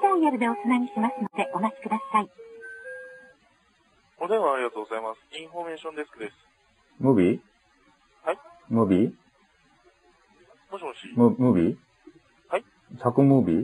ダイヤルでおつなぎしますのでお待ちください。 お電話ありがとうございます。インフォメーションデスクです。 ムービーはい。 ムービーもしもし。 ムービーはい。 着ムービー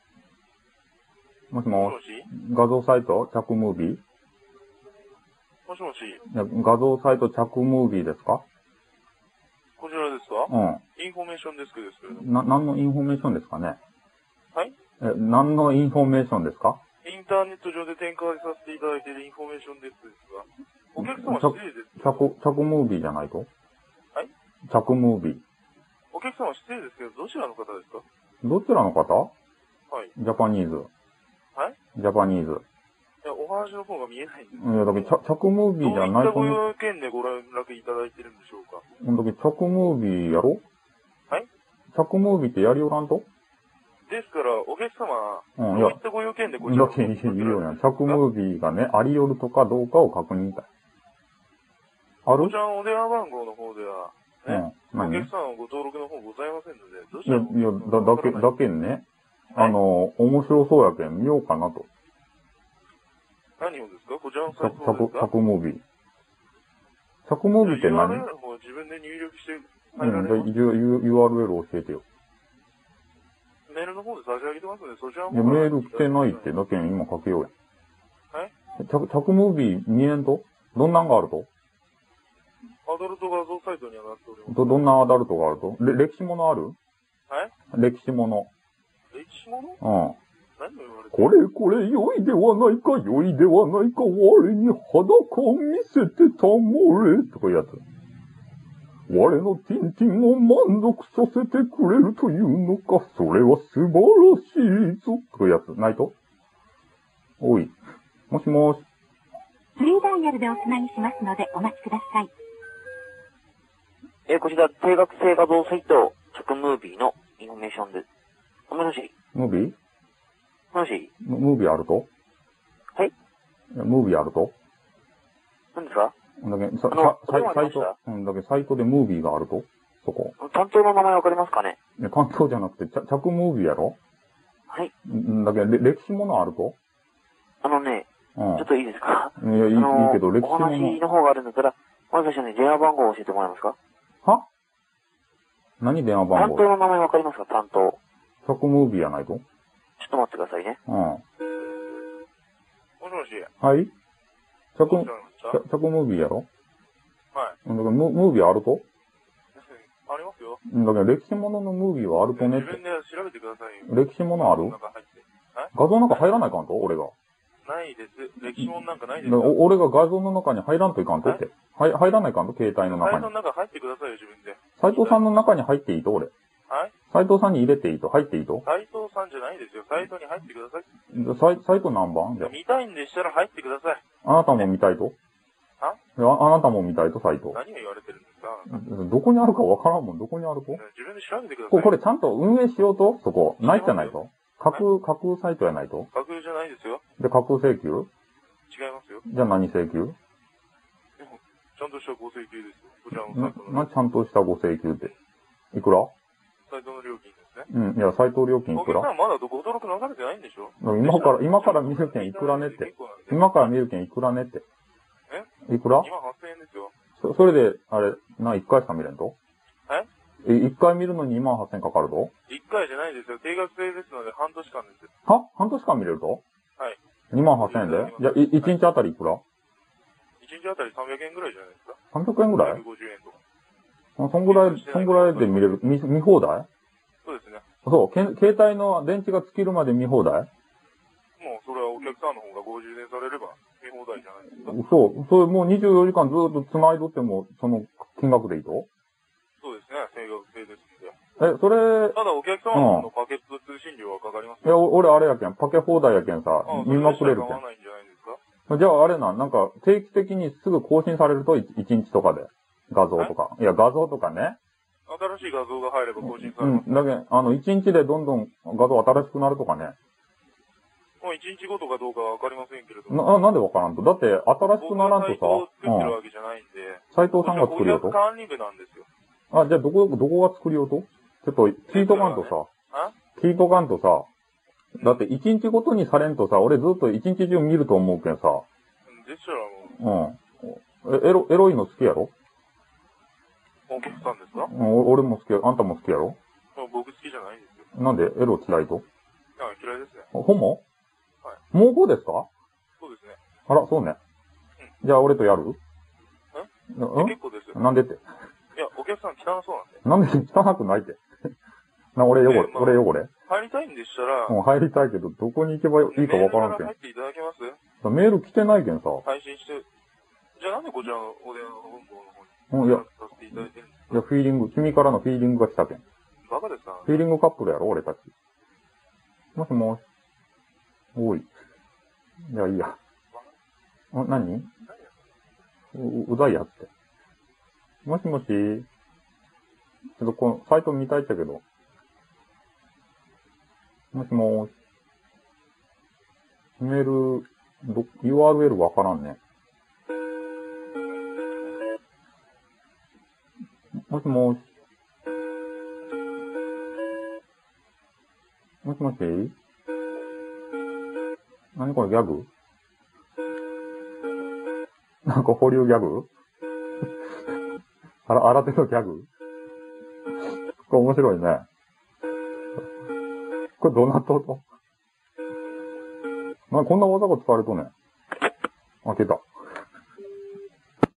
もしもし。画像サイト着ムービーもしもし。 画像サイト着ムービーですか？ こちらですか？ うん。 インフォメーションデスクですけれども。何のインフォメーションですかね？ はい？ 何のインフォメーションですか？ インターネット上で展開させていただいているインフォメーションデスクですが、お客様失礼です。 着ムービーじゃないと？ はい？ 着ムービー。 お客様失礼ですけど、どちらの方ですか？ どちらの方？ はい。 ジャパニーズ。 はい？ ジャパニーズ。 いや、お話の方が見えないんです。 いや、だけど、着ムービーじゃないと。 どういったご用件でご連絡いただいてるんでしょうか？ だけど、着ムービーやろ？ はい？ 着ムービーってやりおらんと？ ですから、お客様、 どういったご用件でごだけ言うよやん。着ムービーがね、ありよるとかどうかを確認したい。ある？ こちらのお電話番号の方では、ね、お客様のご登録の方ございませんので、どちらも。 いや、だけんね、面白そうやけん見ようかなと。 何をですか？こちらのサイトですか？ 着ムービー。着ムービーって何？ URL の方自分で入力して URL 教えてよ。 メールの方で差し上げてますので、そちらの方メール来てないって、だけん今書けようやん。 はい？ 着ムービー見えんと？どんなんがあると？ アダルト画像サイトにはなっております。 どんなアダルトがあると？歴史ものある？ はい？ 歴史もの。 歴史もの？ うん。 何を言われてる？ これ、良いではないか、良いではないか、我に裸を見せてたもれ、とかいうやつ。我のティンティンを満足させてくれるというのか、それは素晴らしいぞ、とかいうやつ。ないと？おい。もしもし。 フリーダイヤルでおつなぎしますのでお待ちください。 こちら、定額制画像サイト、着ムービーのインフォメーションです。もしもし。 ムービー？ もしムービーあると？ はい？ ムービーあると？ 何ですか？ だけサイト、だけサイトでムービーがあると？そこ。 担当の名前わかりますかね？ 担当じゃなくて、着ムービーやろ？ はい。 だけど、歴史ものあると？ ちょっといいですか？ いや、いいけど、歴史もの。 お話の方があるんだったら、まず最初に電話番号を教えてもらえますか？ は？何電話番号？ 担当の名前わかりますか？担当。 着ムービーやないと？ ちょっと待ってくださいね。 もしもし。 はい？着ムービーやろ？ はい。 だからムービーあると？ ありますよ。 だから歴史もののムービーはあるとねって。 自分で調べてくださいよ。 歴史ものある？画像なんか入らないかんと？俺が。 ないです。歴史ものなんかないです。 俺が画像の中に入らんといかんとって。入らないかんと？携帯の中に。 サイトの中入ってくださいよ、自分で。 斉藤さんの中に入っていいと？俺。 はい？ 斉藤さんに入れていいと？入っていいと？ 斉藤さんじゃないですよ。サイトに入ってください。 サイト何番？じゃ見たいんでしたら入ってください。 あなたも見たいと？ あなたも見たいと、サイト。 何を言われてるんですか？ どこにあるかわからんもん。どこにあると？ 自分で調べてください。 これちゃんと運営しようと？そこ。ないじゃないと？架空サイトやないと？ 架空じゃないですよ。 で、架空請求？ 違いますよ。 じゃあ何請求？ ちゃんとしたご請求ですよ。こちらのサイトの。 ちゃんとしたご請求って。いくら？ サイトの料金ですね。 いや、サイト料金いくら？ お客さんまだご登録なされてないんでしょ？ 今から見る券いくらねって。今から見る券いくらねって。いくら？ 28,000 円ですよ。 それで、あれ、1回しか見れんと？1回見るのに28,000かかると ？1回じゃないですよ。定額制ですので半年間です。 は？半年間見れると？ はい。 28,000円で？じゃあ、1日あたりいくら？ 1日あたり300円ぐらいじゃないですか。 300円ぐらい？ 150円とか。 そんぐらいで見れる、見放題？ そうですね。 そう、携帯の電池が尽きるまで見放題？ もう、それはお客さんの方がご充電されれば見放題じゃないですか。 そう、それもう24時間ずっと繋いどっても、その金額でいいと？ そうですね、定額制ですんで。 それ、 ただお客様のパケット通信料はかかりますよ。いや、俺あれやけん、パケ放題やけんさ、見まくれるけん。じゃああれなんか定期的にすぐ更新されると1日とかで。画像とか。いや、画像とかね。 新しい画像が入れば更新されます。 だけど、1日でどんどん画像新しくなるとかね。 もう1日ごとかどうかわかりませんけれども。 なんでわからんと？だって、新しくならんとさ。 僕がサイトを作ってるわけじゃないんで。 斉藤さんが作るよと。 管理部なんですよ。 じゃあどこが作るよと？ちょっと、聞いとかんとさ。聞いとかんとさ。 だって一日ごとにされんとさ、俺ずっと一日中見ると思うけんさ。 でしたらもエロいの好きやろ？ う、お客さんですか？ 俺も好きや、あんたも好きやろ？ 僕好きじゃないんですよ。 なんでエロ嫌いと？ 嫌いですね。 ホモ？ はい。 モーホですか？ そうですね。 あら、そうね。じゃあ俺とやる？ 結構ですよ。 なんでって。 いや、お客さん汚そうなんで。 なんで汚くないって。俺汚れ、俺汚れ。 入りたいんでしたら、 入りたいけど、どこに行けばいいかわからんけん。 メールから入っていただけます？ メール来てないけんさ。 配信して、じゃあなんでこちらのお電話本部の方に、 いや、 させていただいてるんですか？ いや、フィーリング、君からのフィーリングが来たけん。 バカですか？ フィーリングカップルやろ、俺たち。もしもし。おい。じゃあいいや。何？うざいやって。もしもし。ちょっとこのサイト見たいっちゃけど。もしもし。メール、URL わからんね。もしもし。もしもし？何これギャグ？なんか保留ギャグ？新手のギャグ？これ面白いね。これどうなっとうと？こんな技が使われとね。開けた。